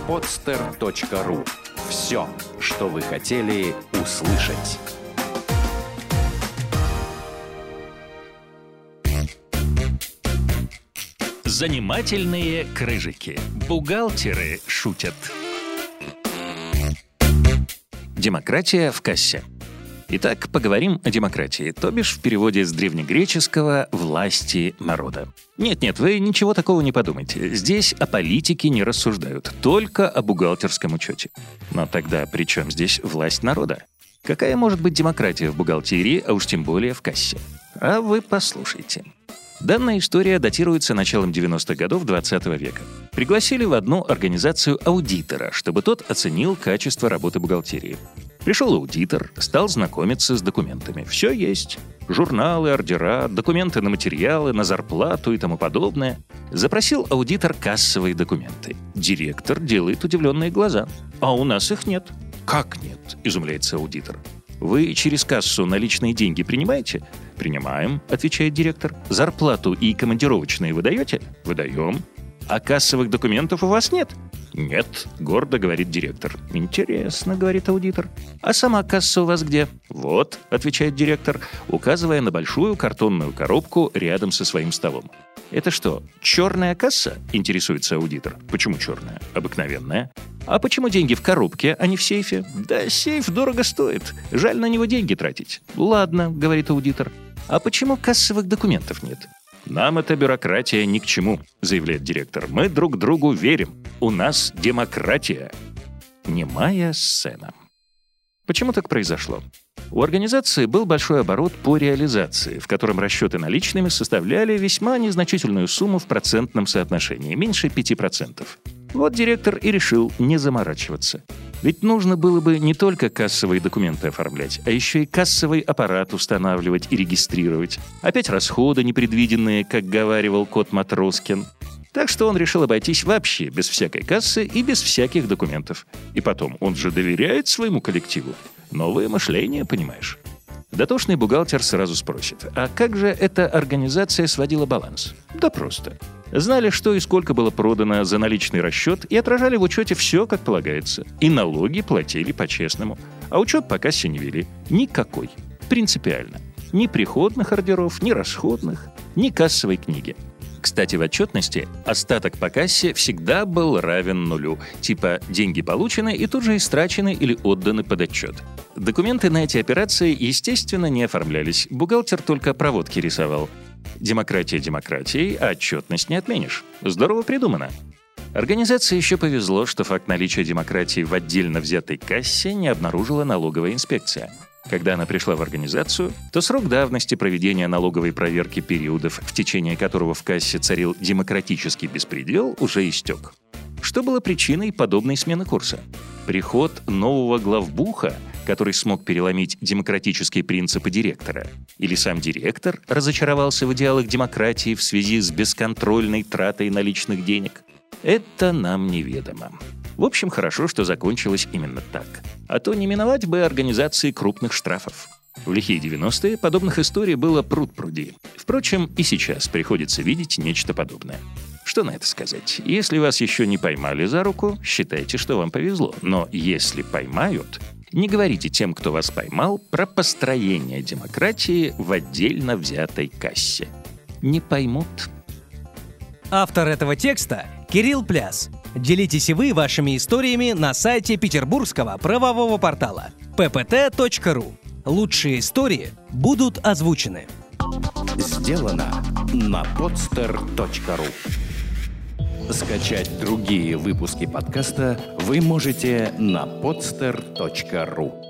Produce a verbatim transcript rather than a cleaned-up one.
подстер точка ру. Все, что вы хотели услышать. Занимательные крыжики. Бухгалтеры шутят. Демократия в кассе. Итак, поговорим о демократии, то бишь в переводе с древнегреческого «власти народа». Нет-нет, вы ничего такого не подумайте. Здесь о политике не рассуждают, только о бухгалтерском учете. Но тогда при чем здесь власть народа? Какая может быть демократия в бухгалтерии, а уж тем более в кассе? А вы послушайте. Данная история датируется началом девяностых годов двадцатого века. Пригласили в одну организацию аудитора, чтобы тот оценил качество работы бухгалтерии. Пришел аудитор, стал знакомиться с документами. Все есть. Журналы, ордера, документы на материалы, на зарплату и тому подобное. Запросил аудитор кассовые документы. Директор делает удивленные глаза. А у нас их нет. Как нет? Изумляется аудитор. Вы через кассу наличные деньги принимаете? Принимаем, отвечает директор. Зарплату и командировочные вы даете? Выдаем. А кассовых документов у вас нет? Нет, гордо говорит директор. Интересно, говорит аудитор. А сама касса у вас где? Вот, отвечает директор, указывая на большую картонную коробку рядом со своим столом. Это что, черная касса? Интересуется аудитор. Почему черная? Обыкновенная. А почему деньги в коробке, а не в сейфе? Да сейф дорого стоит. Жаль на него деньги тратить. Ладно, говорит аудитор. А почему кассовых документов нет? Нам эта бюрократия ни к чему, заявляет директор. Мы друг другу верим. У нас демократия. Немая сцена. Почему так произошло? У организации был большой оборот по реализации, в котором расчеты наличными составляли весьма незначительную сумму в процентном соотношении, меньше пяти процентов. Вот директор и решил не заморачиваться. Ведь нужно было бы не только кассовые документы оформлять, а еще и кассовый аппарат устанавливать и регистрировать. Опять расходы непредвиденные, как говаривал кот Матроскин. Так что он решил обойтись вообще без всякой кассы и без всяких документов. И потом, он же доверяет своему коллективу. Новое мышление, понимаешь? Дотошный бухгалтер сразу спросит, а как же эта организация сводила баланс? Да просто. Знали, что и сколько было продано за наличный расчет, и отражали в учете все, как полагается. И налоги платили по-честному. А учет по кассе не вели. Никакой. Принципиально. Ни приходных ордеров, ни расходных, ни кассовой книги. Кстати, в отчетности остаток по кассе всегда был равен нулю. Типа деньги получены и тут же истрачены или отданы под отчет. Документы на эти операции, естественно, не оформлялись. Бухгалтер только проводки рисовал. Демократия демократией, а отчетность не отменишь. Здорово придумано. Организации еще повезло, что факт наличия демократии в отдельно взятой кассе не обнаружила налоговая инспекция. Когда она пришла в организацию, то срок давности проведения налоговой проверки периодов, в течение которого в кассе царил демократический беспредел, уже истек. Что было причиной подобной смены курса? Приход нового главбуха, который смог переломить демократические принципы директора? Или сам директор разочаровался в идеалах демократии в связи с бесконтрольной тратой наличных денег? Это нам неведомо. В общем, хорошо, что закончилось именно так. А то не миновать бы организации крупных штрафов. В лихие девяностые подобных историй было пруд-пруди. Впрочем, и сейчас приходится видеть нечто подобное. Что на это сказать? Если вас еще не поймали за руку, считайте, что вам повезло. Но если поймают, не говорите тем, кто вас поймал, про построение демократии в отдельно взятой кассе. Не поймут. Автор этого текста – Кирилл Пляс. Делитесь и вы вашими историями на сайте петербургского правового портала пэ пэ тэ точка ру. Лучшие истории будут озвучены. Сделано на подстер точка ру. Скачать другие выпуски подкаста вы можете на подстер точка ру.